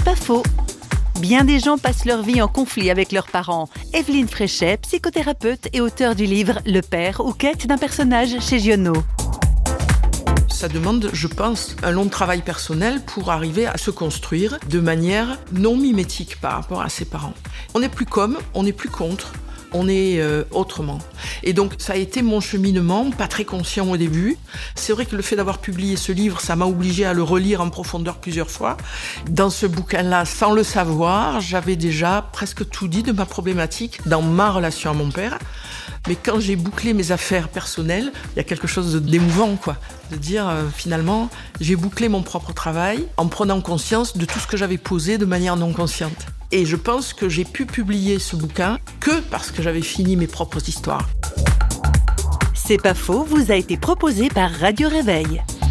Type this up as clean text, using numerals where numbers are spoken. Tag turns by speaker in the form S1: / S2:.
S1: C'est pas faux. Bien des gens passent leur vie en conflit avec leurs parents. Evelyne Fréchet, psychothérapeute et auteure du livre « Le père ou quête d'un personnage » chez Giono.
S2: Ça demande, je pense, un long travail personnel pour arriver à se construire de manière non mimétique par rapport à ses parents. On n'est plus comme, on n'est plus contre, on est autrement. Et donc ça a été mon cheminement, pas très conscient au début. C'est vrai que le fait d'avoir publié ce livre, ça m'a obligé à le relire en profondeur plusieurs fois. Dans ce bouquin-là, sans le savoir, j'avais déjà presque tout dit de ma problématique dans ma relation à mon père. Mais quand j'ai bouclé mes affaires personnelles, il y a quelque chose d'émouvant, quoi. De dire, finalement, j'ai bouclé mon propre travail en prenant conscience de tout ce que j'avais posé de manière non consciente. Et je pense que j'ai pu publier ce bouquin que parce que j'avais fini mes propres histoires.
S1: C'est pas faux, vous a été proposé par Radio Réveil.